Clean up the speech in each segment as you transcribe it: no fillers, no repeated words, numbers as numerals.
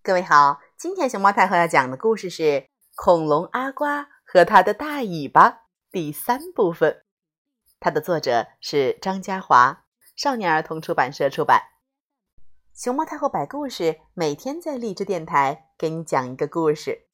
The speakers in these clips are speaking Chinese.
各位好，今天熊猫太后要讲的故事是《恐龙阿瓜和他的大尾巴》第3部分。它的作者是张嘉华，少年儿童出版社出版。熊猫太后摆故事，每天在荔枝电台给你讲一个故事。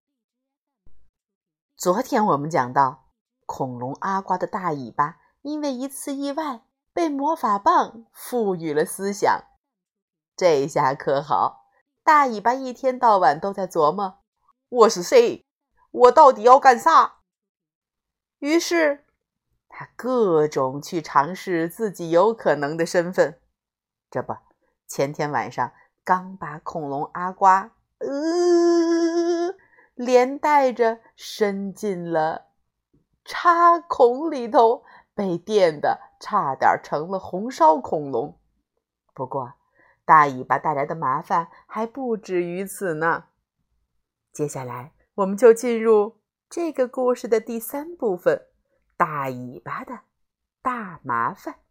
昨天我们讲到，恐龙阿瓜的大尾巴因为一次意外被魔法棒赋予了思想。这下可好，大尾巴一天到晚都在琢磨，我是谁？我到底要干啥？于是他各种去尝试自己有可能的身份。这不，前天晚上刚把恐龙阿瓜连带着伸进了插孔里头，被电的差点成了红烧恐龙。不过大尾巴带来的麻烦还不止于此呢。接下来我们就进入这个故事的第3部分，大尾巴的大麻烦。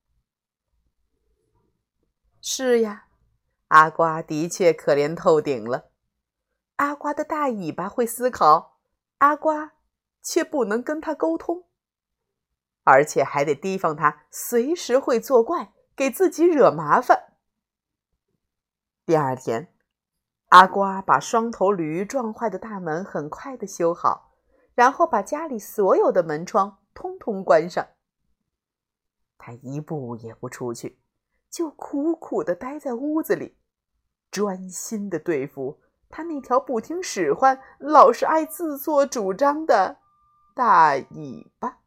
是呀，阿瓜的确可怜透顶了。阿瓜的大尾巴会思考，阿瓜却不能跟他沟通，而且还得提防他随时会作怪，给自己惹麻烦。第二天，阿瓜把双头驴撞坏的大门很快地修好，然后把家里所有的门窗通通关上。他一步也不出去，就苦苦地待在屋子里，专心地对付他那条不听使唤、老是爱自作主张的大尾巴。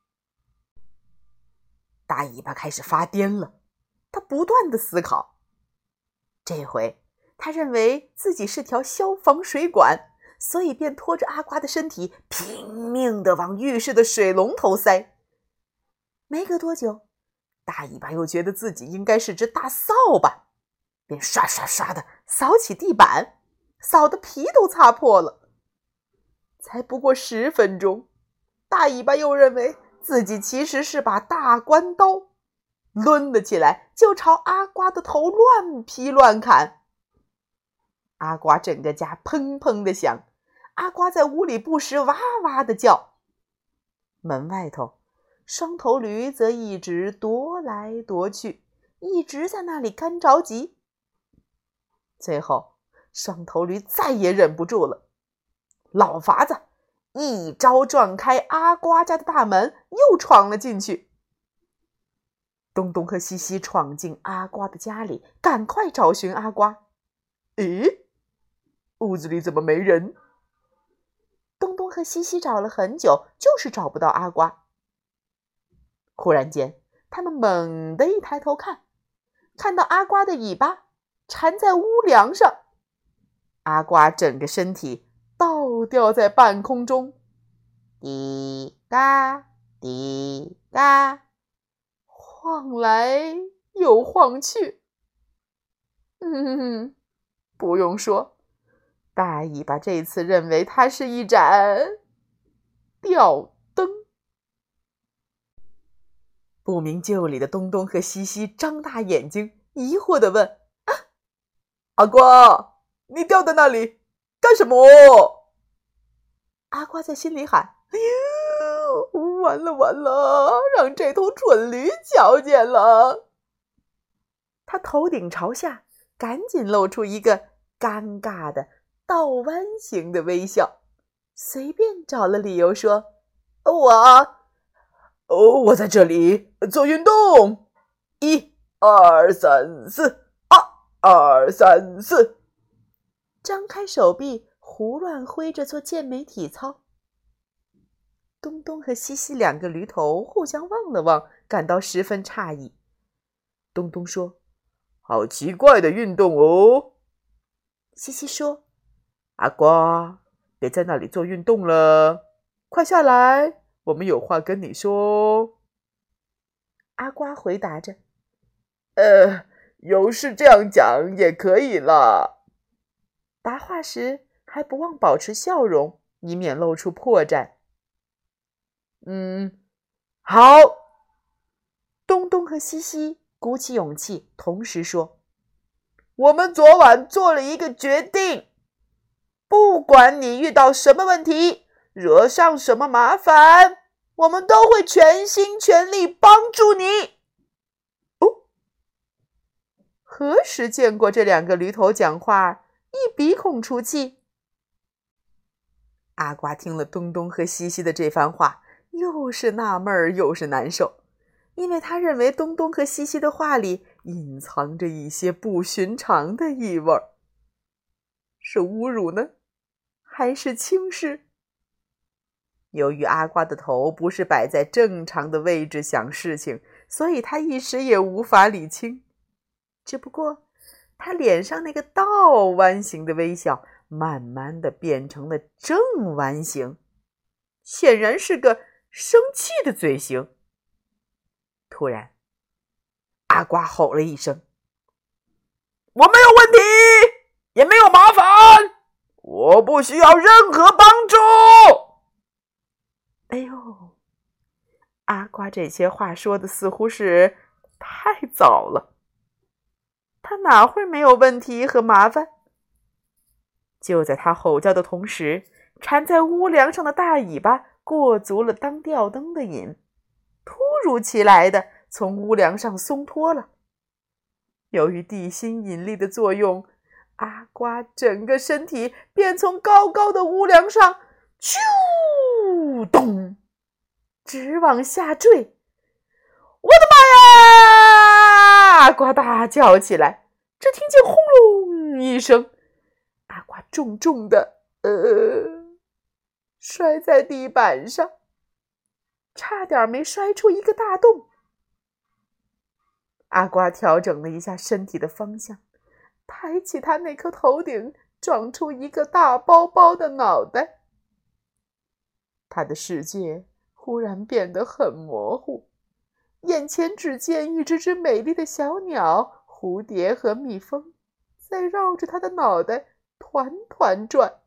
大尾巴开始发癫了，他不断地思考。这回他认为自己是条消防水管，所以便拖着阿瓜的身体拼命地往浴室的水龙头塞。没隔多久，大尾巴又觉得自己应该是只大扫把，便刷刷刷地扫起地板，扫得皮都擦破了。才不过10分钟，大尾巴又认为自己其实是把大关刀，抡了起来就朝阿瓜的头乱劈乱砍。阿瓜整个家砰砰地响，阿瓜在屋里不时哇哇地叫。门外头，双头驴则一直踱来踱去，一直在那里干着急。最后，双头驴再也忍不住了，老法子一招撞开阿瓜家的大门，又闯了进去。东东和西西闯进阿瓜的家里，赶快找寻阿瓜。咦，屋子里怎么没人？东东和西西找了很久，就是找不到阿瓜。忽然间，他们猛地一抬头看到阿瓜的尾巴缠在屋梁上，阿瓜整个身体倒吊在半空中，滴嘎滴嘎，晃来又晃去。不用说，大尾巴这次认为它是一盏吊灯。不明就里的东东和西西张大眼睛，疑惑地问：阿瓜，你吊在那里干什么？阿瓜在心里喊：哎呦，完了完了，让这头蠢驴瞧见了。他头顶朝下，赶紧露出一个尴尬的倒弯形的微笑，随便找了理由说：我在这里做运动，1、2、3、4，2、3、4，张开手臂胡乱挥着做健美体操。东东和西西2个驴头互相望了望，感到十分诧异。东东说：好奇怪的运动哦。西西说：阿瓜，别在那里做运动了，快下来，我们有话跟你说。阿瓜回答着：有事这样讲也可以了。答话时还不忘保持笑容，以免露出破绽。好。东东和西西鼓起勇气，同时说： 我们昨晚做了一个决定，不管你遇到什么问题，惹上什么麻烦，我们都会全心全力帮助你。”何时见过这两个驴头讲话一鼻孔出气？阿瓜听了东东和西西的这番话，又是纳闷又是难受，因为他认为东东和西西的话里隐藏着一些不寻常的意味，是侮辱呢，还是轻视？由于阿瓜的头不是摆在正常的位置想事情，所以他一时也无法理清。只不过他脸上那个倒弯形的微笑慢慢的变成了正弯形，显然是个生气的嘴型。突然，阿瓜吼了一声：“我没有问题，也没有麻烦，我不需要任何帮助。”哎呦，阿瓜这些话说的似乎是太早了，他哪会没有问题和麻烦？就在他吼叫的同时，缠在屋梁上的大尾巴过足了当吊灯的瘾，突如其来的从屋梁上松脱了。由于地心引力的作用，阿瓜整个身体便从高高的屋梁上啾咚直往下坠。我的妈呀！阿瓜大叫起来，只听见轰隆一声，阿瓜重重的摔在地板上，差点没摔出一个大洞。阿瓜调整了一下身体的方向，抬起他那颗头顶，长出一个大包包的脑袋。他的世界忽然变得很模糊，眼前只见一只美丽的小鸟、蝴蝶和蜜蜂在绕着他的脑袋团团转。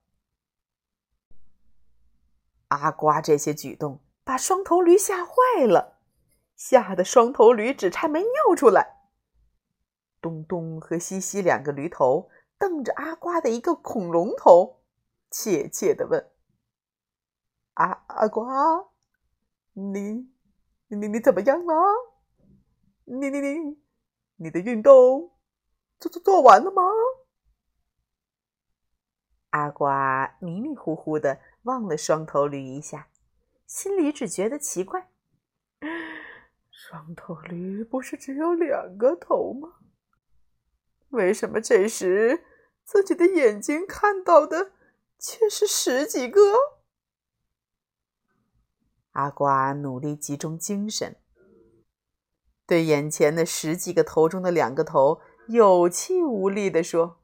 阿瓜这些举动把双头驴吓坏了，吓得双头驴只差没尿出来。东东和西西两个驴头瞪着阿瓜的一个恐龙头，怯怯地问：“阿瓜，你怎么样了？你的运动做完了吗？”阿瓜迷迷糊糊地望了双头驴一下，心里只觉得奇怪，双头驴不是只有2个头吗？为什么这时自己的眼睛看到的却是10几个？阿瓜努力集中精神，对眼前的10几个头中的2个头有气无力地说：“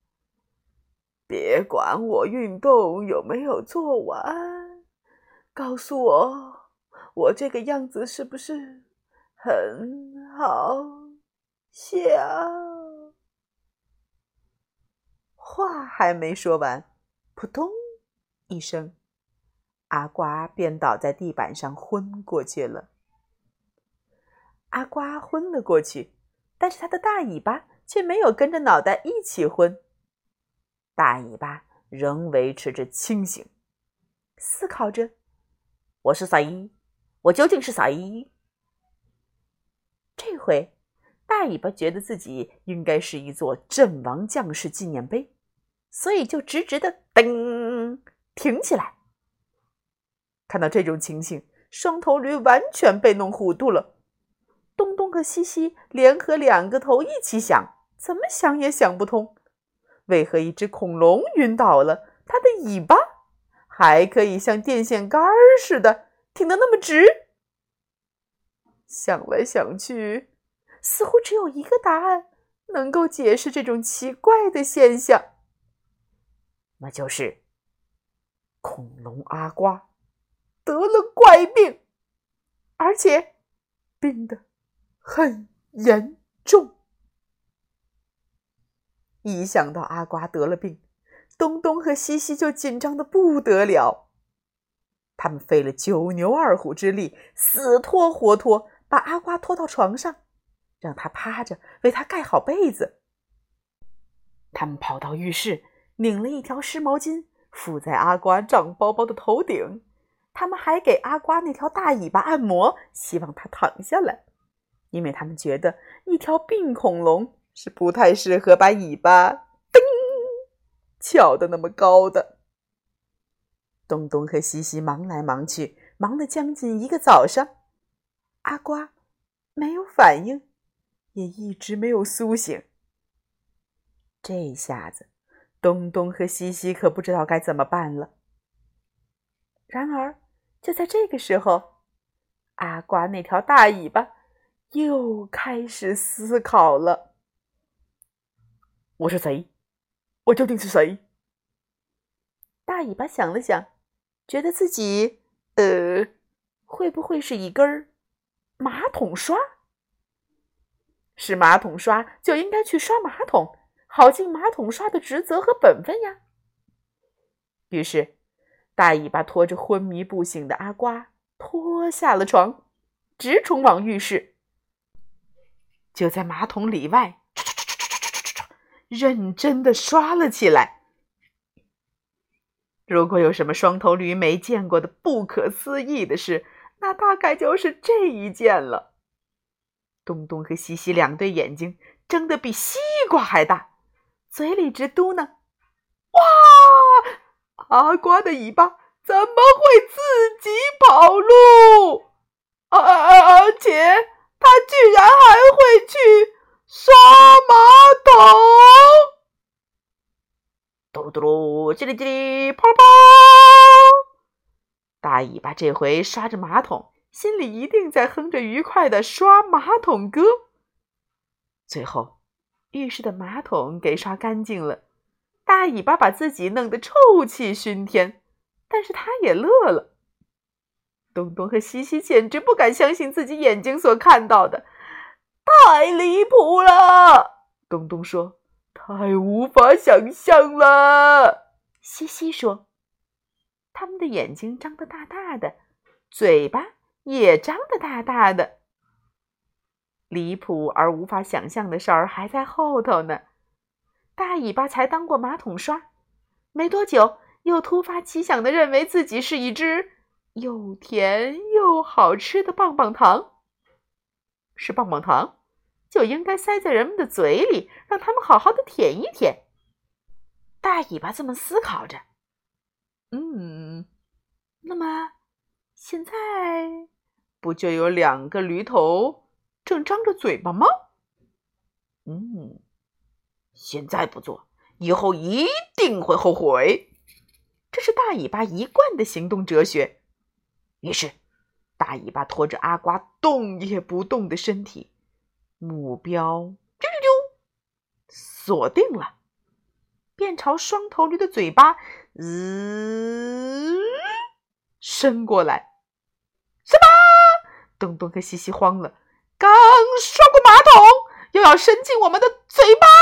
别管我运动有没有做完，告诉我，我这个样子是不是很好笑？”话还没说完，扑通一声，阿瓜便倒在地板上昏过去了。阿瓜昏了过去，但是他的大尾巴却没有跟着脑袋一起昏，大尾巴仍维持着清醒，思考着：我是谁？我究竟是谁？这回大尾巴觉得自己应该是一座阵亡将士纪念碑，所以就直直的噔挺起来。看到这种情形，双头驴完全被弄糊涂了。东东和西西联合2个头一起想，怎么想也想不通，为何一只恐龙晕倒了，它的尾巴还可以像电线杆似的挺得那么直？想来想去，似乎只有一个答案能够解释这种奇怪的现象，那就是恐龙阿瓜得了怪病，而且病得很严重。一想到阿瓜得了病，东东和西西就紧张得不得了。他们费了9牛2虎之力，死拖活拖把阿瓜拖到床上，让他趴着，为他盖好被子。 他们跑到浴室，拧了一条湿毛巾附在阿瓜胀包包的头顶。他们还给阿瓜那条大尾巴按摩，希望它躺下来，因为他们觉得一条病恐龙是不太适合把尾巴叮翘得那么高的。东东和西西忙来忙去，忙了将近1个早上。阿瓜没有反应，也一直没有苏醒。这下子东东和西西可不知道该怎么办了。然而就在这个时候，阿瓜那条大尾巴又开始思考了。我是谁？我究竟是谁？大尾巴想了想，觉得自己会不会是一根马桶刷？是马桶刷就应该去刷马桶，好尽马桶刷的职责和本分呀。于是大尾巴拖着昏迷不醒的阿瓜拖下了床，直冲往浴室。就在马桶里外认真地刷了起来。如果有什么双头驴没见过的不可思议的事，那大概就是这一件了。东东和西西2对眼睛睁得比西瓜还大，嘴里直嘟囔：哇！阿瓜的尾巴怎么会自己跑路？而且它居然还会去刷马桶！嘟噜嘟噜，叽里叽里，泡泡！大尾巴这回刷着马桶，心里一定在哼着愉快的刷马桶歌。最后，浴室的马桶给刷干净了，大尾巴把自己弄得臭气熏天，但是他也乐了。东东和西西简直不敢相信自己眼睛所看到的，太离谱了！东东说，太无法想象了。西西说，他们的眼睛张得大大的，嘴巴也张得大大的。离谱而无法想象的事儿还在后头呢。大尾巴才当过马桶刷，没多久又突发奇想地认为自己是一只又甜又好吃的棒棒糖。是棒棒糖，就应该塞在人们的嘴里，让他们好好的舔一舔。大尾巴这么思考着。那么现在不就有2个驴头正张着嘴巴吗？现在不做，以后一定会后悔。这是大尾巴一贯的行动哲学。于是大尾巴拖着阿瓜动也不动的身体，目标锁定了，便朝双头驴的嘴巴伸过来。什么？东东和西西慌了，刚刷过马桶，又要伸进我们的嘴巴？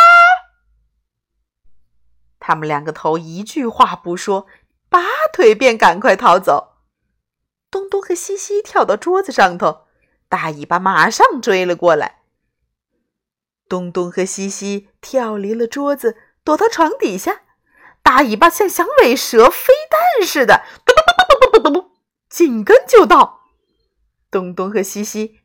他们2个头一句话不说，拔腿便赶快逃走。东东和西西跳到桌子上头，大尾巴马上追了过来。东东和西西跳离了桌子，躲到床底下。大尾巴像响尾蛇飞弹似的，嘟嘟嘟嘟嘟嘟嘟，紧跟就到。东东和西西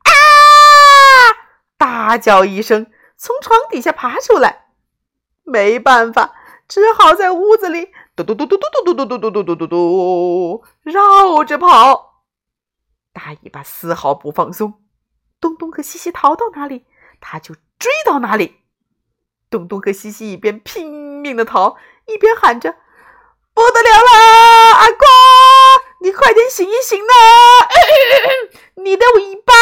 大叫一声，从床底下爬出来。没办法，只好在屋子里嘟嘟嘟嘟嘟嘟嘟嘟嘟嘟嘟嘟嘟绕着跑。大尾巴丝毫不放松，东东和西西逃到哪里，他就追到哪里。东东和西西一边拼命的逃，一边喊着：不得了啦，阿瓜，你快点醒一醒呐！你的尾巴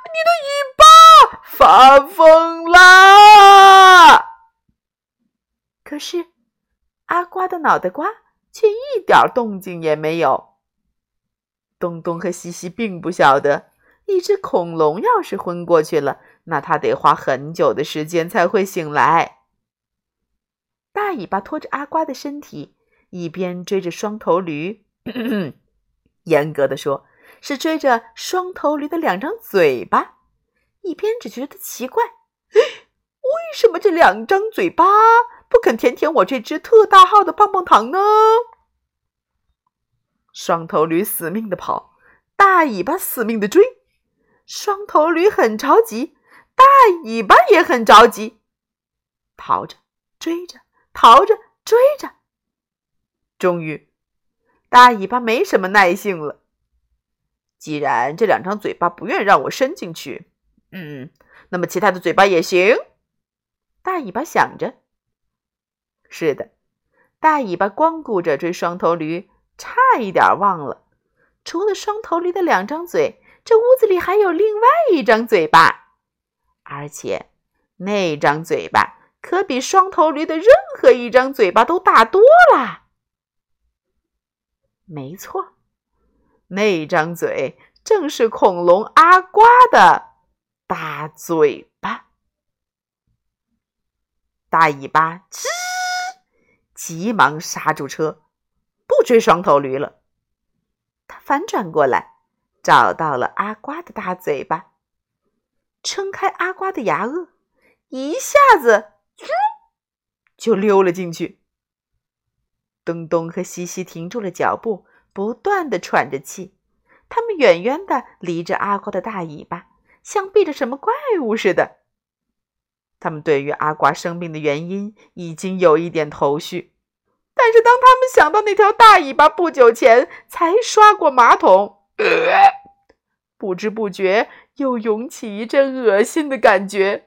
发疯啦！可是阿瓜的脑袋瓜却一点动静也没有。东东和西西并不晓得，一只恐龙要是昏过去了，那它得花很久的时间才会醒来。大尾巴拖着阿瓜的身体，一边追着双头驴，严格的说，是追着双头驴的2张嘴巴，一边只觉得奇怪，为什么这2张嘴巴不肯舔舔我这只特大号的棒棒糖呢？双头驴死命地跑，大尾巴死命地追。双头驴很着急，大尾巴也很着急，逃着追着，逃着追着。终于，大尾巴没什么耐性了。既然这两张嘴巴不愿让我伸进去，那么其他的嘴巴也行。大尾巴想着。是的，大尾巴光顾着追双头驴，差一点忘了，除了双头驴的两张嘴，这屋子里还有另外一张嘴巴，而且那张嘴巴可比双头驴的任何一张嘴巴都大多了。没错，那张嘴正是恐龙阿瓜的大嘴巴。大尾巴吱，急忙刹住车，不追双头驴了。他反转过来，找到了阿瓜的大嘴巴，撑开阿瓜的牙颚，一下子就溜了进去。东东和西西停住了脚步，不断地喘着气，他们远远地离着阿瓜的大尾巴，像避着什么怪物似的。他们对于阿瓜生病的原因已经有一点头绪，但是当他们想到那条大尾巴不久前才刷过马桶，不知不觉又涌起一阵恶心的感觉。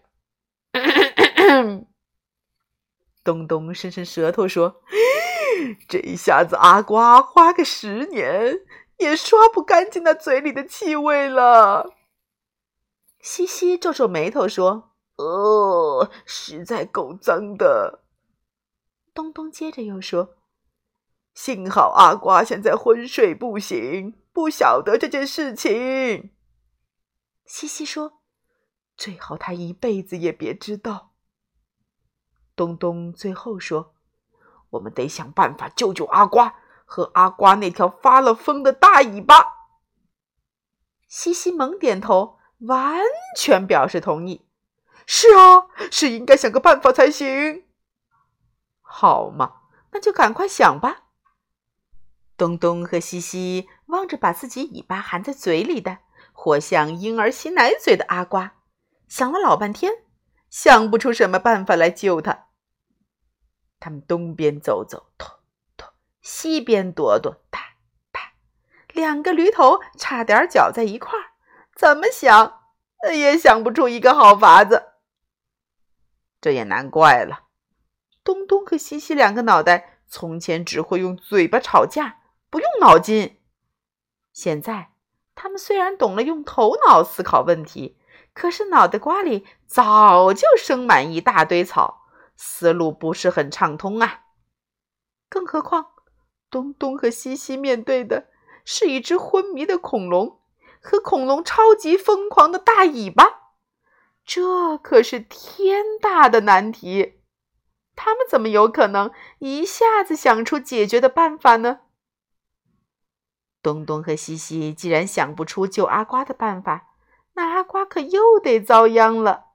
东东伸伸舌头说，这一下子阿瓜花个10年也刷不干净那嘴里的气味了。西西皱皱眉头说，实在够脏的。东东接着又说，幸好阿瓜现在昏睡不醒，不晓得这件事情。西西说，最好他一辈子也别知道。东东最后说，我们得想办法救救阿瓜和阿瓜那条发了疯的大尾巴。西西猛点头，完全表示同意。是啊，是应该想个办法才行。好嘛，那就赶快想吧。东东和西西望着把自己尾巴含在嘴里的活像婴儿吸奶嘴的阿瓜，想了老半天，想不出什么办法来救他。他们东边走走，拖拖，西边躲躲，踏踏，两个驴头差点搅在一块儿，怎么想也想不出一个好法子。这也难怪了，东东和西西两个脑袋从前只会用嘴巴吵架，不用脑筋。现在他们虽然懂了用头脑思考问题，可是脑袋瓜里早就生满一大堆草，思路不是很畅通啊。更何况东东和西西面对的是一只昏迷的恐龙和恐龙超级疯狂的大尾巴，这可是天大的难题。他们怎么有可能一下子想出解决的办法呢？东东和西西既然想不出救阿瓜的办法，那阿瓜可又得遭殃了。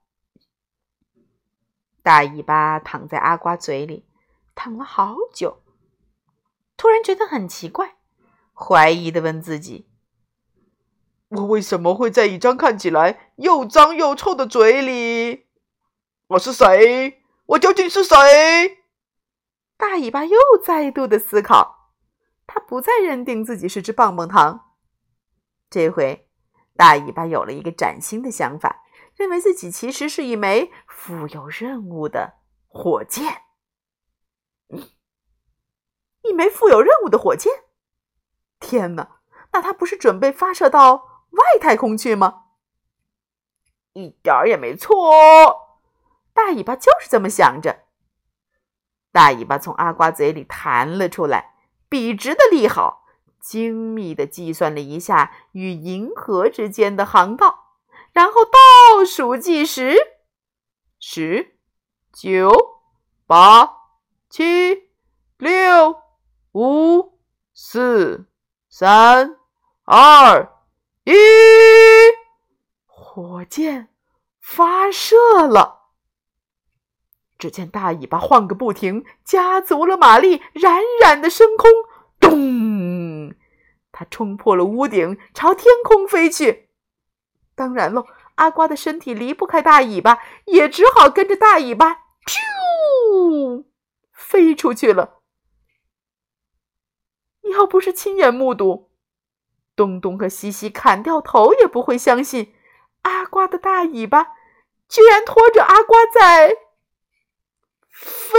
大尾巴躺在阿瓜嘴里，躺了好久，突然觉得很奇怪，怀疑地问自己，我为什么会在一张看起来又脏又臭的嘴里？我是谁？我究竟是谁？大尾巴又再度的思考，他不再认定自己是只棒棒糖。这回大尾巴有了一个崭新的想法，认为自己其实是一枚富有任务的火箭。一枚富有任务的火箭？天哪，那他不是准备发射到外太空去吗？一点儿也没错，大尾巴就是这么想着。大尾巴从阿瓜嘴里弹了出来，笔直的立好，精密地计算了一下与银河之间的航道，然后倒数计时：10、9、8、7、6、5、4、3、2、1，火箭发射了。 只见大尾巴晃个不停，加足了马力，冉冉的升空，咚！它冲破了屋顶，朝天空飞去。当然喽，阿瓜的身体离不开大尾巴，也只好跟着大尾巴噗飞出去了。要不是亲眼目睹，东东和西西砍掉头也不会相信，阿瓜的大尾巴居然拖着阿瓜在飞。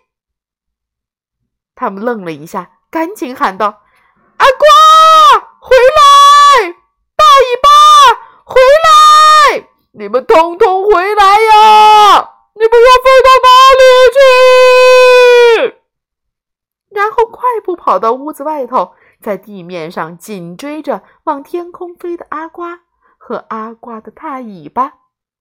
他们愣了一下，赶紧喊道：阿瓜，回来！大尾巴，回来！你们统统回来呀！你们要飞到哪里去？然后快步跑到屋子外头，在地面上紧追着往天空飞的阿瓜和阿瓜的大尾巴。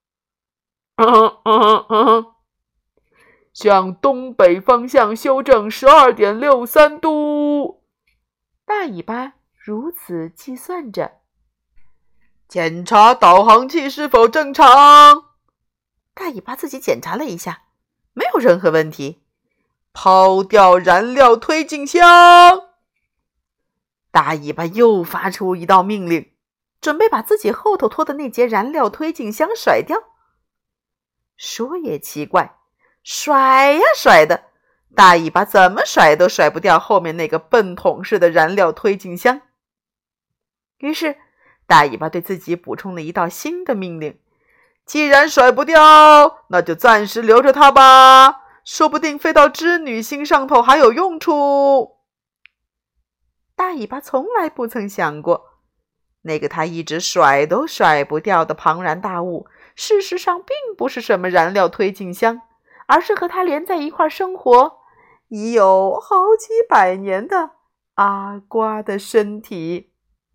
向东北方向修正 12.63 度。大尾巴如此计算着。检查导航器是否正常。大尾巴自己检查了一下，没有任何问题。抛掉燃料推进箱。大尾巴又发出一道命令，准备把自己后头拖的那节燃料推进箱甩掉。说也奇怪，甩呀甩的，大尾巴怎么甩都甩不掉后面那个笨桶式的燃料推进箱。于是大尾巴对自己补充了一道新的命令，既然甩不掉，那就暂时留着它吧，说不定飞到织女星上头还有用处。大尾巴从来不曾想过，那个他一直甩都甩不掉的庞然大物，事实上并不是什么燃料推进箱，而是和他连在一块生活已有好几百年的阿瓜的身体。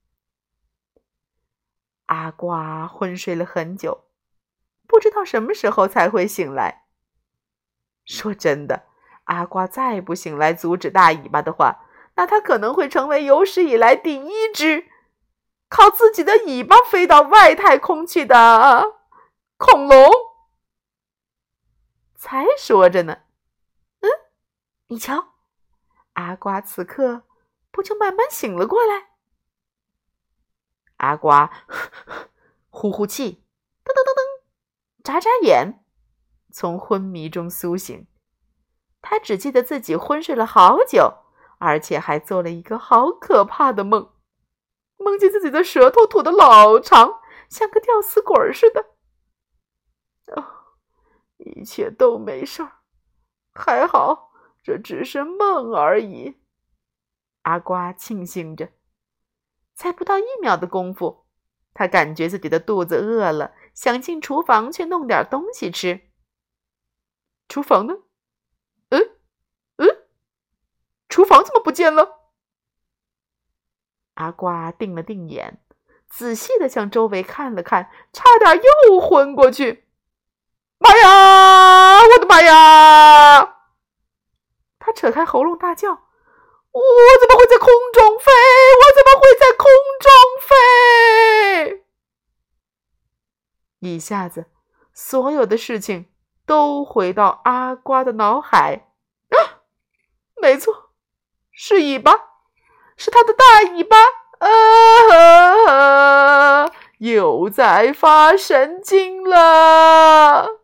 阿瓜昏睡了很久，不知道什么时候才会醒来。说真的，阿瓜再不醒来阻止大尾巴的话，那他可能会成为有史以来第一只靠自己的尾巴飞到外太空去的恐龙。才说着呢，你瞧，阿瓜此刻不就慢慢醒了过来？阿瓜呼呼气，噔噔噔噔，眨眨眼，从昏迷中苏醒。他只记得自己昏睡了好久，而且还做了一个好可怕的梦，梦见自己的舌头吐得老长，像个吊死鬼似的。一切都没事儿，还好这只是梦而已。阿瓜庆幸着。才不到1秒的功夫，他感觉自己的肚子饿了，想进厨房去弄点东西吃。厨房呢？厨房怎么不见了？阿瓜定了定眼，仔细地向周围看了看，差点又昏过去。妈呀！我的妈呀！他扯开喉咙大叫，我怎么会在空中飞？我怎么会在空中飞？一下子，所有的事情都回到阿瓜的脑海。没错，是尾巴，是他的大尾巴。又在发神经了。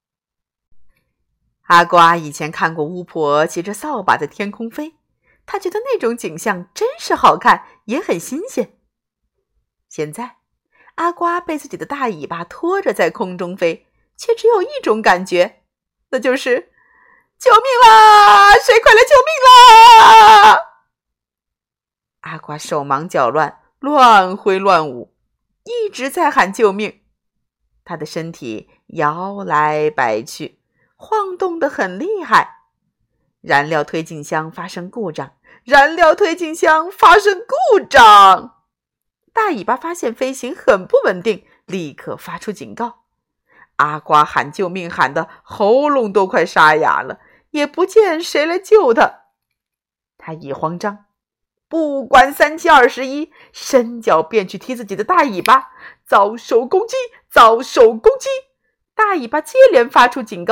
阿瓜以前看过巫婆骑着扫把在天空飞，他觉得那种景象真是好看，也很新鲜。现在阿瓜被自己的大尾巴拖着在空中飞，却只有一种感觉，那就是救命啦！谁快来救命啦！阿瓜手忙脚乱，乱挥乱舞，一直在喊救命。他的身体摇来摆去，晃动得很厉害。燃料推进箱发生故障，燃料推进箱发生故障。大尾巴发现飞行很不稳定，立刻发出警告。阿瓜喊救命喊得喉咙都快沙哑了，也不见谁来救他。他一慌张，不管3七21，伸脚便去踢自己的大尾巴，遭受攻击，遭受攻击。大尾巴接连发出警告，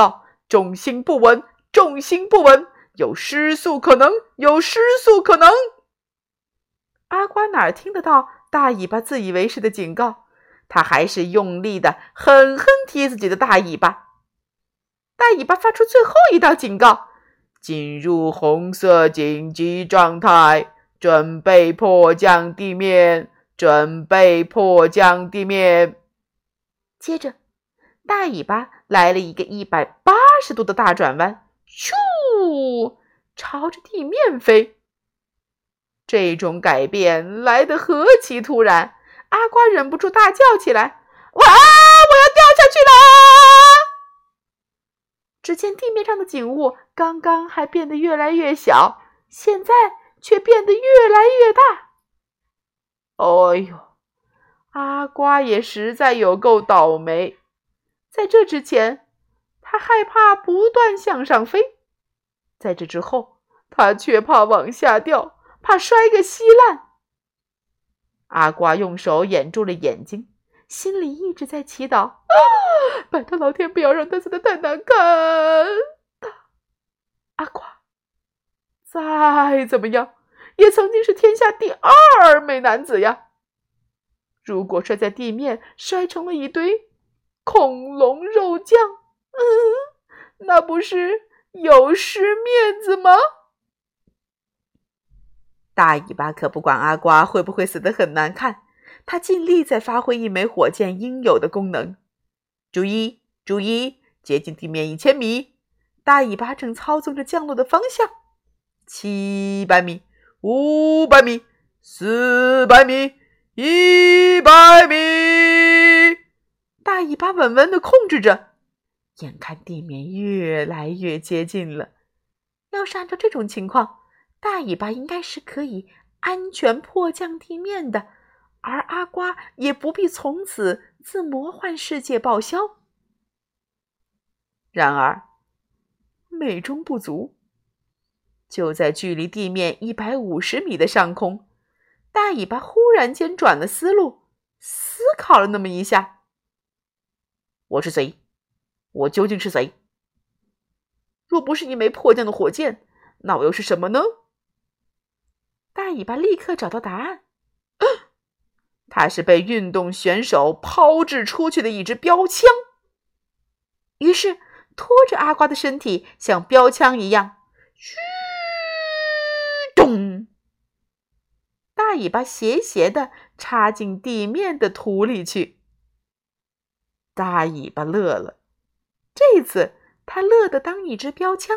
重心不稳，重心不稳，有失速可能，有失速可能。阿瓜哪听得到大尾巴自以为是的警告，他还是用力的狠狠踢自己的大尾巴。大尾巴发出最后一道警告：进入红色紧急状态，准备迫降地面，准备迫降地面。接着大尾巴来了一个180度的大转弯，咻，朝着地面飞。这种改变来得何其突然，阿瓜忍不住大叫起来：哇，我要掉下去了！只见地面上的景物刚刚还变得越来越小，现在却变得越来越大。哎呦，阿瓜也实在有够倒霉。在这之前，他害怕不断向上飞；在这之后，他却怕往下掉，怕摔个稀烂。阿瓜用手掩住了眼睛，心里一直在祈祷：拜托老天不要让他死得太难看。阿瓜再怎么样也曾经是天下第2美男子呀，如果摔在地面，摔成了一堆恐龙肉酱，那不是有失面子吗？大尾巴可不管阿瓜会不会死得很难看，他尽力在发挥一枚火箭应有的功能。注意，注意，接近地面1000米，大尾巴正操纵着降落的方向。700米，500米，400米，100米。大尾巴稳稳地控制着，眼看地面越来越接近了。要是按照这种情况，大尾巴应该是可以安全迫降地面的，而阿瓜也不必从此自魔幻世界报销。然而美中不足，就在距离地面150米的上空，大尾巴忽然间转了思路，思考了那么一下：我是谁？我究竟是谁？若不是一枚迫降的火箭，那我又是什么呢？大尾巴立刻找到答案，它是被运动选手抛掷出去的一支标枪。于是拖着阿瓜的身体像标枪一样，嘘咚，大尾巴斜斜地插进地面的土里去。大尾巴乐了，这次他乐得当一支标枪。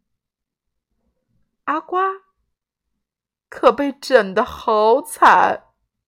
阿瓜可被整得好惨。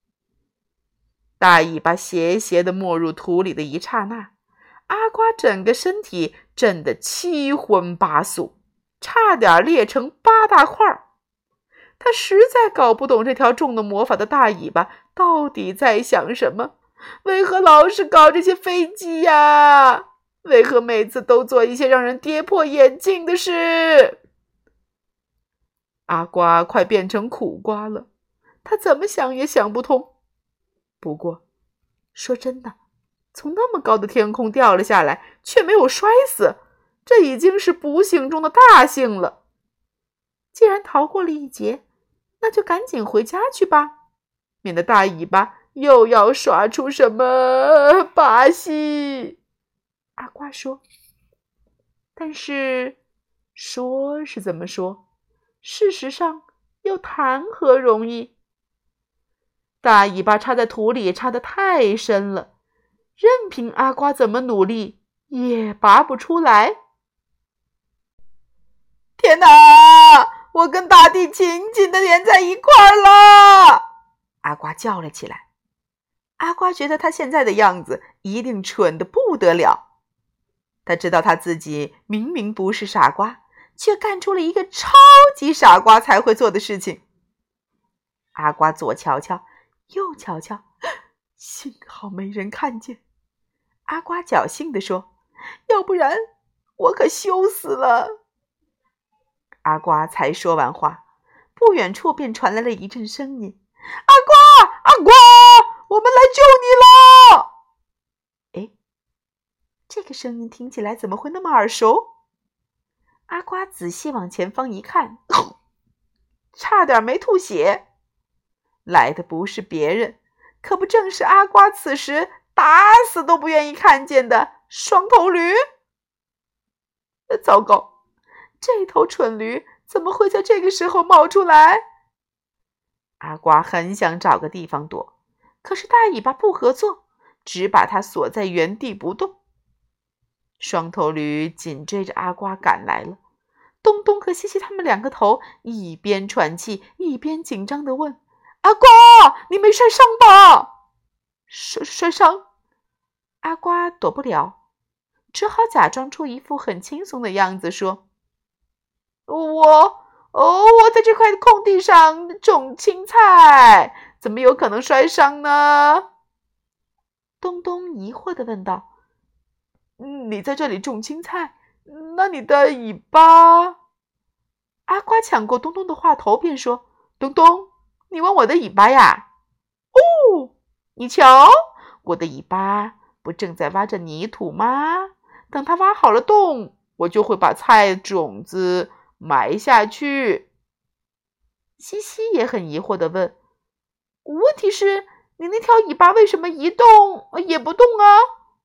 大尾巴斜斜地没入土里的一刹那，阿瓜整个身体震得七荤八素，差点裂成8大块。他实在搞不懂这条中了魔法的大尾巴到底在想什么，为何老是搞这些飞机呀？为何每次都做一些让人跌破眼镜的事？阿瓜快变成苦瓜了，他怎么想也想不通。不过说真的，从那么高的天空掉了下来却没有摔死，这已经是不幸中的大幸了。既然逃过了一劫，那就赶紧回家去吧，免得大尾巴又要耍出什么把戏。阿瓜说。但是说是这么说，事实上又谈何容易？大尾巴插在土里插得太深了，任凭阿瓜怎么努力也拔不出来。天哪，我跟大地紧紧地连在一块儿了！阿瓜叫了起来。阿瓜觉得他现在的样子一定蠢得不得了。他知道他自己明明不是傻瓜，却干出了一个超级傻瓜才会做的事情。阿瓜左瞧瞧，右瞧瞧，幸好没人看见。阿瓜侥幸地说：要不然我可羞死了。阿瓜才说完话，不远处便传来了一阵声音：阿瓜，阿瓜，我们来救你了！诶，这个声音听起来怎么会那么耳熟？ 阿瓜仔细往前方一看，差点没吐血。来的不是别人，可不正是阿瓜此时打死都不愿意看见的双头驴？糟糕，这头蠢驴怎么会在这个时候冒出来？阿瓜很想找个地方躲，可是大尾巴不合作，只把它锁在原地不动。双头驴紧追着阿瓜赶来了，东东和西西他们两个头一边喘气一边紧张地问：阿瓜，你没摔伤吧？摔伤？阿瓜躲不了，只好假装出一副很轻松的样子说：我在这块空地上种青菜，怎么有可能摔伤呢？东东疑惑地问道：你在这里种青菜，那你的尾巴？阿瓜抢过东东的话头便说：东东，你问我的尾巴呀？哦，你瞧，我的尾巴不正在挖着泥土吗？等它挖好了洞，我就会把菜种子埋下去。西西也很疑惑地问：问题是你那条尾巴为什么一动也不动啊？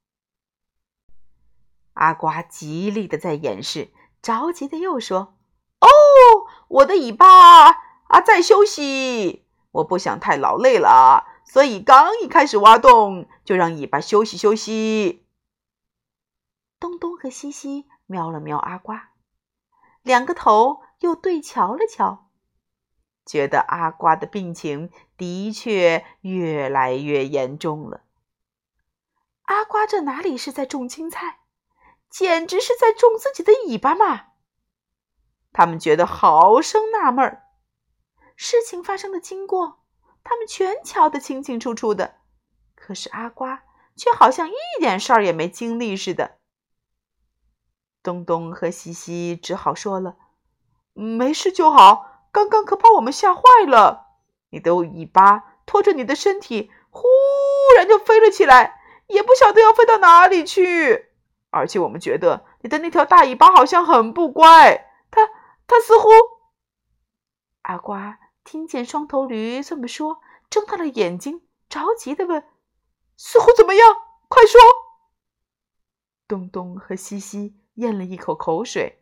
阿瓜极力地在掩饰，着急地又说：我的尾巴在休息，我不想太劳累了，所以刚一开始挖洞就让尾巴休息休息。东东和西西瞄了瞄阿瓜，两个头又对瞧了瞧，觉得阿瓜的病情的确越来越严重了。阿瓜这哪里是在种青菜，简直是在种自己的尾巴嘛！他们觉得好生纳闷儿，事情发生的经过他们全瞧得清清楚楚的，可是阿瓜却好像一点事儿也没经历似的。东东和西西只好说了：没事就好，刚刚可把我们吓坏了。你的尾巴拖着你的身体忽然就飞了起来，也不晓得要飞到哪里去。而且我们觉得你的那条大尾巴好像很不乖，它似乎……阿瓜听见双头驴这么说，睁大了眼睛，着急地问：似乎怎么样？快说！东东和西西咽了一口口水，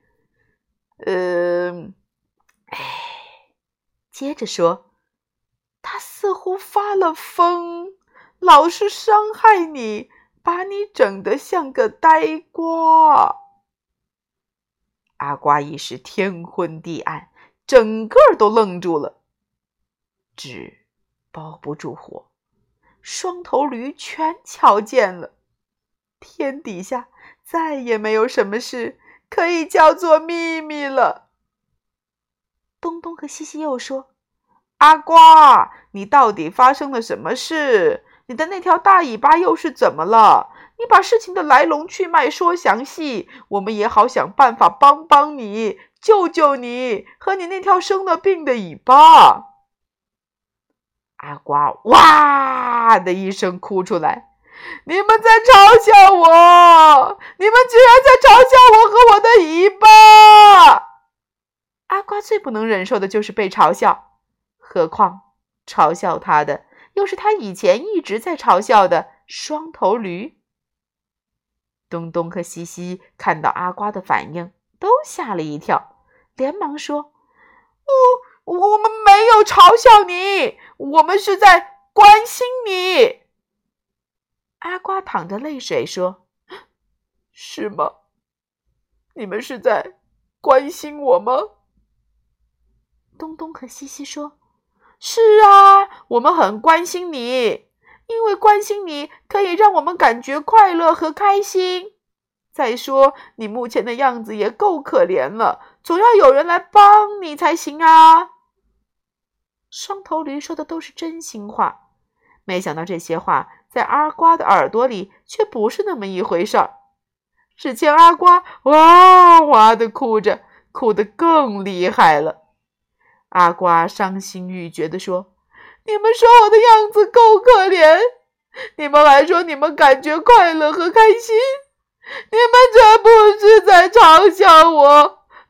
接着说：他似乎发了疯，老是伤害你，把你整得像个呆瓜。阿瓜一时天昏地暗，整个都愣住了。纸包不住火，双头驴全瞧见了。天底下再也没有什么事可以叫做秘密了。东东和西西又说：阿瓜，你到底发生了什么事？你的那条大尾巴又是怎么了？你把事情的来龙去脉说详细，我们也好想办法帮帮你，救救你和你那条生了病的尾巴。阿瓜哇的一声哭出来：你们在嘲笑我！你们居然在嘲笑我和我的尾巴！阿瓜最不能忍受的就是被嘲笑，何况嘲笑他的又是他以前一直在嘲笑的双头驴。东东和西西看到阿瓜的反应，都吓了一跳，连忙说：我们没有嘲笑你，我们是在关心你。阿瓜淌着泪水说：是吗？你们是在关心我吗？东东和西西说：是啊，我们很关心你，因为关心你可以让我们感觉快乐和开心。再说，你目前的样子也够可怜了，总要有人来帮你才行啊。双头驴说的都是真心话，没想到这些话在阿瓜的耳朵里却不是那么一回事儿。只见阿瓜哇哇地哭着，哭得更厉害了。阿瓜伤心欲绝地说：你们说我的样子够可怜，你们还说你们感觉快乐和开心，你们这不是在嘲笑我，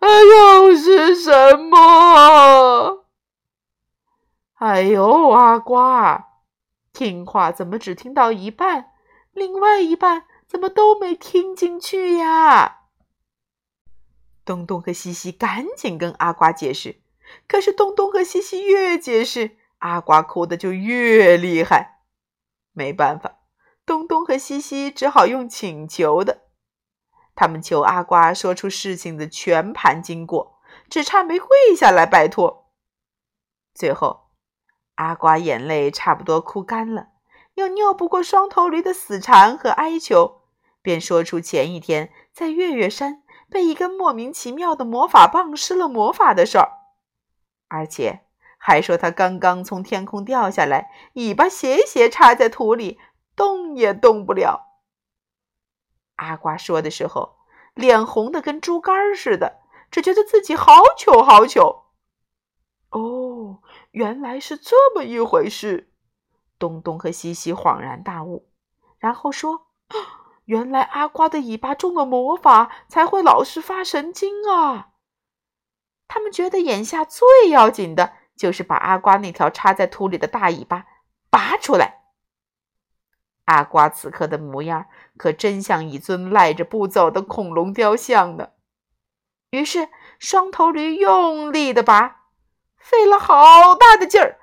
又是什么？哎呦，阿瓜，听话怎么只听到一半，另外一半怎么都没听进去呀？东东和西西赶紧跟阿瓜解释，可是东东和西西越解释，阿瓜哭得就越厉害。没办法，东东和西西只好用请求的。他们求阿瓜说出事情的全盘经过，只差没跪下来拜托。最后，阿瓜眼泪差不多哭干了，又拗不过双头驴的死缠和哀求，便说出前一天在月月山被一根莫名其妙的魔法棒施了魔法的事儿，而且还说他刚刚从天空掉下来，尾巴斜斜插在土里，动也动不了。阿瓜说的时候，脸红得跟猪肝似的，只觉得自己好糗好糗。哦，原来是这么一回事。东东和西西恍然大悟，然后说，原来阿瓜的尾巴中了魔法，才会老是发神经啊。他们觉得眼下最要紧的就是把阿瓜那条插在土里的大尾巴拔出来。阿瓜此刻的模样可真像一尊赖着不走的恐龙雕像呢。于是双头驴用力地拔，费了好大的劲儿，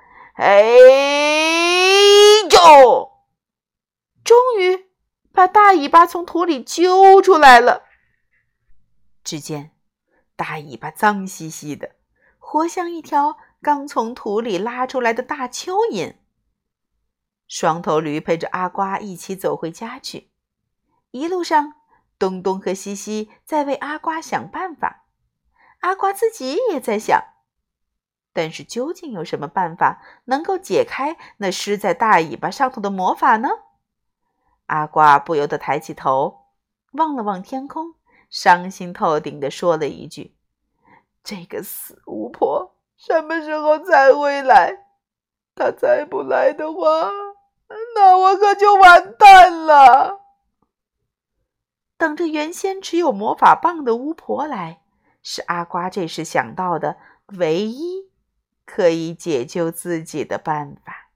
就终于把大尾巴从土里揪出来了。只见大尾巴脏兮兮的，活像一条刚从土里拉出来的大蚯蚓。双头驴陪着阿瓜一起走回家去，一路上东东和西西在为阿瓜想办法，阿瓜自己也在想，但是究竟有什么办法能够解开那施在大尾巴上头的魔法呢？阿瓜不由得抬起头，望了望天空，伤心透顶地说了一句，这个死巫婆什么时候才会来？她再不来的话，那我可就完蛋了。等着原先只有魔法棒的巫婆来，是阿瓜这时想到的唯一可以解救自己的办法。